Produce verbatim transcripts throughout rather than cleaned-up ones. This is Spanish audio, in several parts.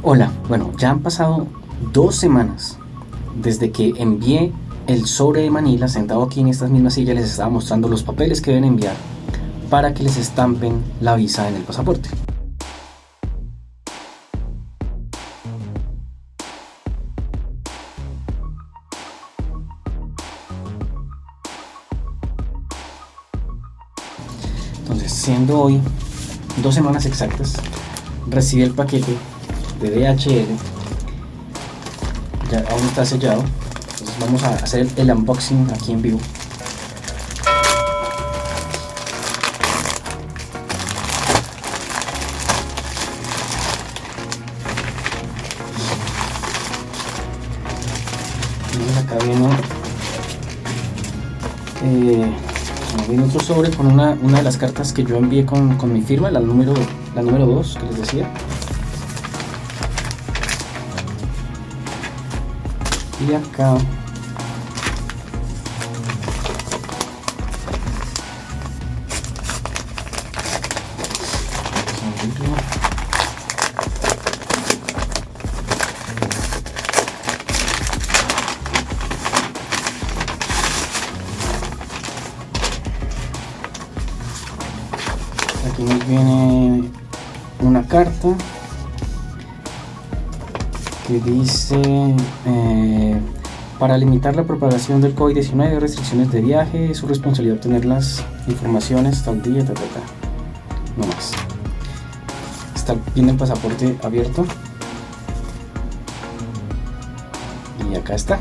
Hola, bueno, ya han pasado dos semanas desde que envié el sobre de Manila. Sentado aquí en estas mismas sillas les estaba mostrando los papeles que deben enviar para que les estampen la visa en el pasaporte. Entonces, siendo hoy dos semanas exactas, recibí el paquete de D H L. Ya aún está sellado, entonces vamos a hacer el unboxing aquí en vivo. Entonces acá viene eh, viene otro sobre con una, una de las cartas que yo envié con, con mi firma, la número la número dos que les decía. Y acá aquí nos viene una carta que dice eh, para limitar la propagación del COVID diecinueve, restricciones de viaje, es su responsabilidad obtener las informaciones tal día, ta, ta, ta. No más. Está bien el pasaporte abierto y acá está.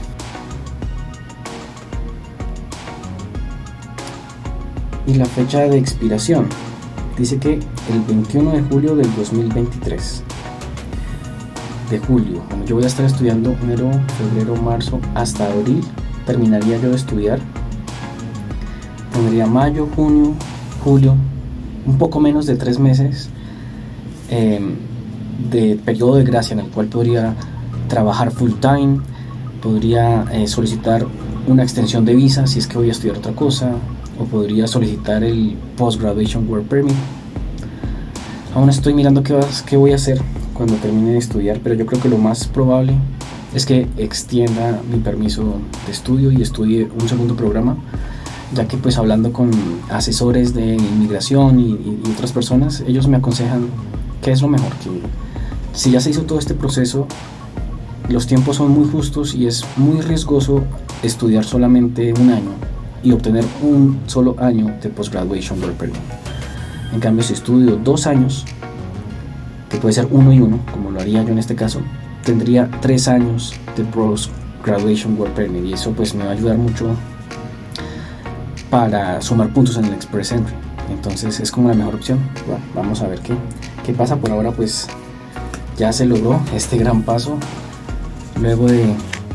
Y la fecha de expiración dice que el veintiuno de julio del dos mil veintitrés. De julio. Bueno, yo voy a estar estudiando enero, febrero, marzo hasta abril. Terminaría yo de estudiar. Tendría mayo, junio, julio, un poco menos de tres meses eh, de periodo de gracia en el cual podría trabajar full time, podría eh, solicitar una extensión de visa si es que voy a estudiar otra cosa, o podría solicitar el Post Graduation Work Permit. Aún estoy mirando qué, vas, qué voy a hacer cuando termine de estudiar, pero yo creo que lo más probable es que extienda mi permiso de estudio y estudie un segundo programa, ya que pues hablando con asesores de inmigración y, y, y otras personas, ellos me aconsejan que es lo mejor, que si ya se hizo todo este proceso, los tiempos son muy justos y es muy riesgoso estudiar solamente un año y obtener un solo año de Post-Graduation Work Permit. En cambio, si estudio dos años, que puede ser uno y uno, como lo haría yo en este caso, tendría tres años de Post-Graduation Work Permit, y eso pues me va a ayudar mucho para sumar puntos en el Express Entry. Entonces es como la mejor opción. Bueno, vamos a ver qué, qué pasa. Por ahora pues ya se logró este gran paso, luego de,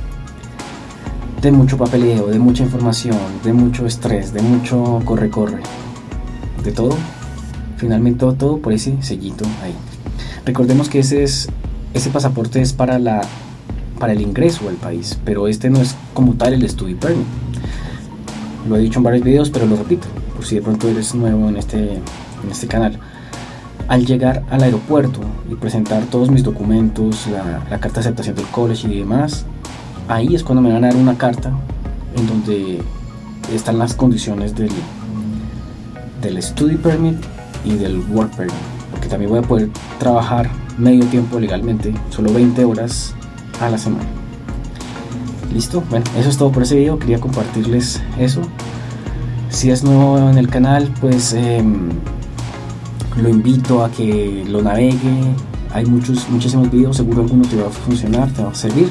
de mucho papeleo, de mucha información, de mucho estrés, de mucho corre-corre, de todo. Finalmente todo, todo por ese sellito ahí. Recordemos que ese, es, ese pasaporte es para, la, para el ingreso al país, pero este no es como tal el Study Permit. Lo he dicho en varios videos, pero lo repito, por si de pronto eres nuevo en este, en este canal. Al llegar al aeropuerto y presentar todos mis documentos, la, la carta de aceptación del college y demás, ahí es cuando me van a dar una carta en donde están las condiciones del, del Study Permit y del Work Permit, porque también voy a poder trabajar medio tiempo legalmente, solo veinte horas a la semana. Listo, bueno, eso es todo por ese video, quería compartirles eso. Si es nuevo en el canal, pues eh, lo invito a que lo navegue. Hay muchos, muchísimos videos, seguro alguno te va a funcionar, te va a servir.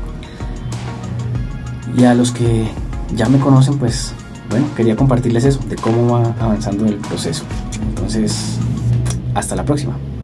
Y a los que ya me conocen, pues bueno, quería compartirles eso, de cómo va avanzando el proceso. Entonces, hasta la próxima.